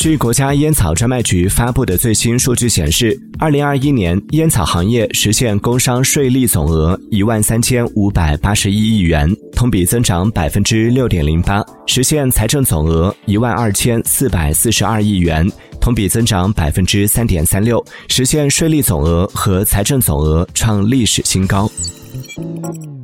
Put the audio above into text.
据国家烟草专卖局发布的最新数据显示，2021年烟草行业实现工商税利总额13581亿元，同比增长 6.08%， 实现财政总额12442亿元，同比增长 3.36%， 实现税利总额和财政总额创历史新高。